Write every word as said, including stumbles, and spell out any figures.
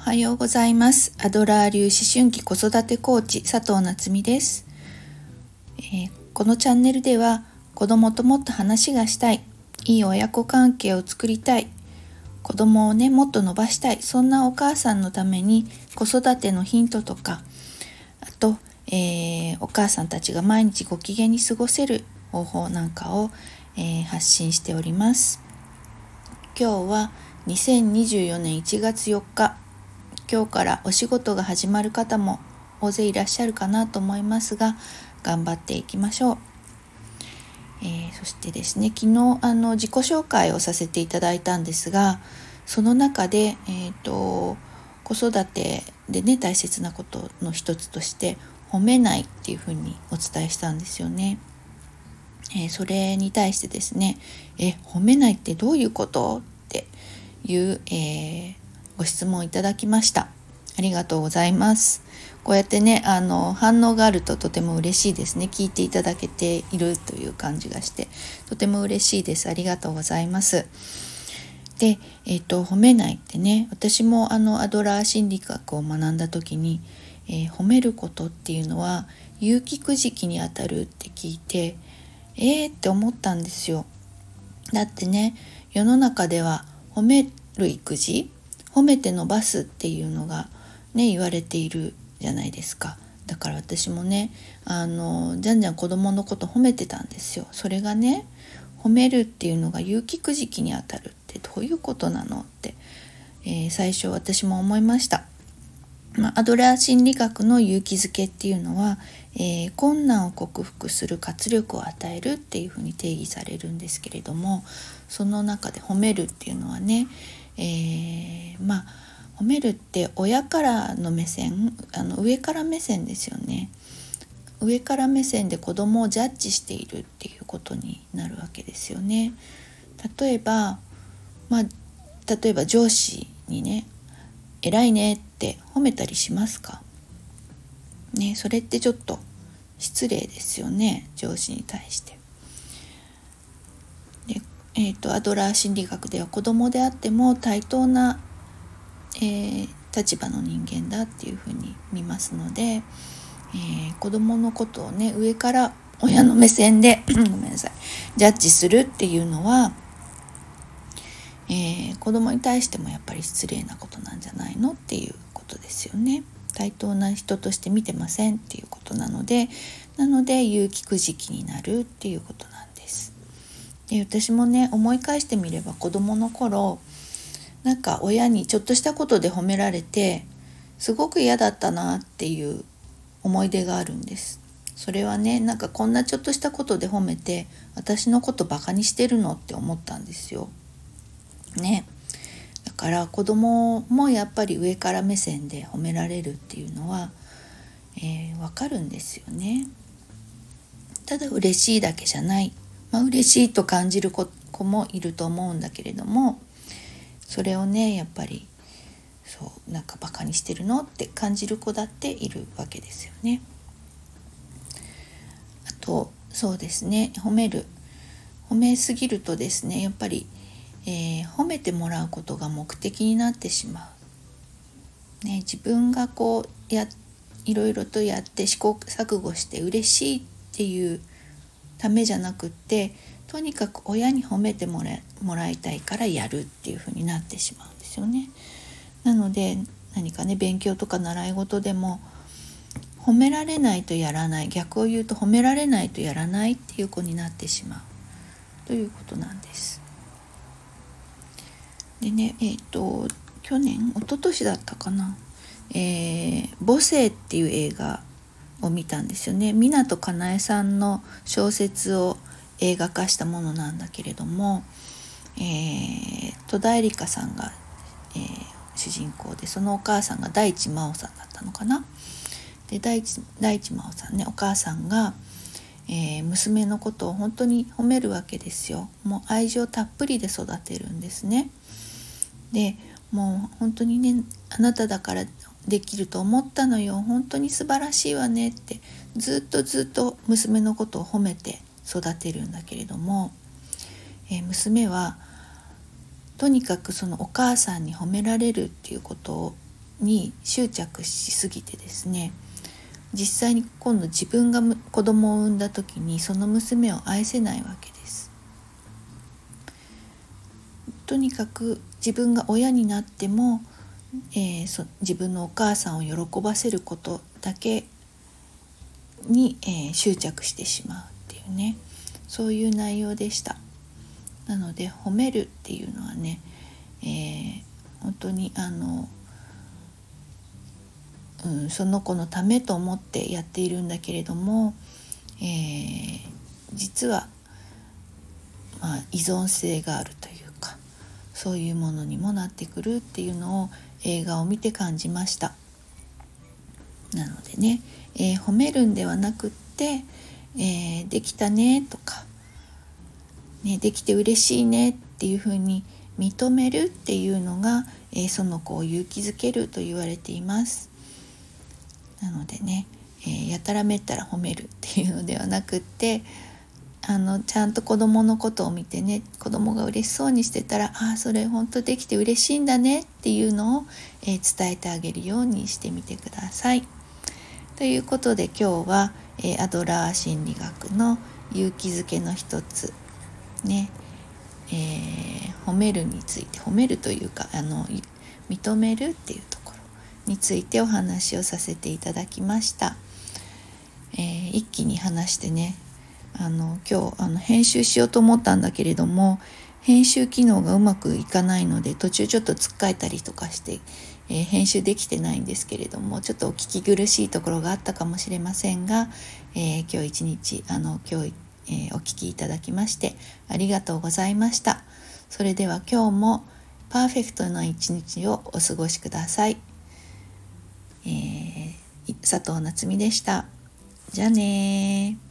はようございます。アドラー流思春期子育てコーチ佐藤夏実です、えー、このチャンネルでは子供ともっと話がしたい、いい親子関係を作りたい、子供をねもっと伸ばしたい、そんなお母さんのために子育てのヒントとか、あと、えー、お母さんたちが毎日ご機嫌に過ごせる方法なんかを、えー、発信しております。今日はにせんにじゅうよねんいちがつよっか、今日からお仕事が始まる方も大勢いらっしゃるかなと思いますが、頑張っていきましょう。えー、そしてですね、昨日あの自己紹介をさせていただいたんですが、その中で、えーと、子育てでね大切なことの一つとして褒めないっていうふうにお伝えしたんですよね。えー、それに対してですね、え褒めないってどういうことっていう、えー、ご質問いただきました。ありがとうございます。こうやってねあの反応があるととても嬉しいですね。聞いていただけているという感じがしてとても嬉しいです。ありがとうございます。で、えーと、褒めないってね、私もあのアドラー心理学を学んだ時に、えー、褒めることっていうのは有機くじきにあたるって聞いてえーって思ったんですよ。だってね、世の中では褒める育児、褒めて伸ばすっていうのがね言われているじゃないですか。だから私もねあのじゃんじゃん子供のこと褒めてたんですよ。それがね、褒めるっていうのが有機くじきにあたるってどういうことなのって、えー、最初私も思いました。まあ、アドラー心理学の勇気づけっていうのは、えー、困難を克服する活力を与えるっていうふうに定義されるんですけれども、その中で褒めるっていうのはね、えー、まあ褒めるって親からの目線、あの上から目線ですよね。上から目線で子供をジャッジしているっていうことになるわけですよね。例えば、まあ、例えば上司にね偉いねって褒めたりしますかね。それってちょっと失礼ですよね、上司に対して。で、えーと、アドラー心理学では子供であっても対等な、えー、立場の人間だっていうふうに見ますので、えー、子供のことをね上から親の目線でごめんなさいジャッジするっていうのは、えー、子供に対してもやっぱり失礼なことなんじゃないのっていうことですよね。対等な人として見てませんっていうことなので、なので有機くじきになるっていうことなんです。で、私もね思い返してみれば子供の頃なんか親にちょっとしたことで褒められてすごく嫌だったなっていう思い出があるんです。それはね、なんかこんなちょっとしたことで褒めて私のことバカにしてるのって思ったんですよね。だから子供もやっぱり上から目線で褒められるっていうのは、えー、分かるんですよね。ただ嬉しいだけじゃない、まあ嬉しいと感じる子もいると思うんだけれども、それをねやっぱりそうなんかバカにしてるのって感じる子だっているわけですよね。あとそうですね、褒める褒めすぎるとですねやっぱり、えー、褒めてもらうことが目的になってしまう、ね、自分がこうやいろいろとやって試行錯誤して嬉しいっていうためじゃなくって、とにかく親に褒めてもら、もらいたいからやるっていう風になってしまうんですよね。なので何かね勉強とか習い事でも褒められないとやらない、逆を言うと褒められないとやらないっていう子になってしまうということなんです。でね、えっと去年一昨年だったかな、えー、母性っていう映画を見たんですよね。湊かなえさんの小説を映画化したものなんだけれども、えー、戸田恵梨香さんが、えー、主人公で、そのお母さんが大地真央さんだったのかな。で大地、大地真央さんね、お母さんが、えー、娘のことを本当に褒めるわけですよ。もう愛情たっぷりで育てるんですね。でもう本当にね、あなただからできると思ったのよ、本当に素晴らしいわねってずっとずっと娘のことを褒めて育てるんだけれども、えー、娘はとにかくそのお母さんに褒められるっていうことに執着しすぎてですね、実際に今度自分が子供を産んだ時にその娘を愛せないわけです。とにかく自分が親になっても、えー、そ自分のお母さんを喜ばせることだけに、えー、執着してしまうっていうね、そういう内容でした。なので褒めるっていうのはね、えー、本当にあの、うん、その子のためと思ってやっているんだけれども、えー、実は、まあ、依存性があるというか、そういうものにもなってくるっていうのを映画を見て感じました。なのでね、えー、褒めるんではなくって、えー、できたねとか、ね、できて嬉しいねっていうふうに認めるっていうのが、えー、その子を勇気づけると言われています。なのでね、えー、やたらめったら褒めるっていうのではなくって、あのちゃんと子供のことを見てね、子供が嬉しそうにしてたら、ああそれ本当できて嬉しいんだねっていうのを、えー、伝えてあげるようにしてみてください。ということで今日は、えー、アドラー心理学の勇気づけの一つね、えー、褒めるについて、褒めるというかあの認めるっていうところについてお話をさせていただきました。えー、一気に話してね、あの今日あの編集しようと思ったんだけれども、編集機能がうまくいかないので途中ちょっとつっかえたりとかして、えー、編集できてないんですけれども、ちょっとお聞き苦しいところがあったかもしれませんが、えー、今日一日あの今日、えー、お聞きいただきましてありがとうございました。それでは今日もパーフェクトな一日をお過ごしください。えー、佐藤夏実でした。じゃあねー。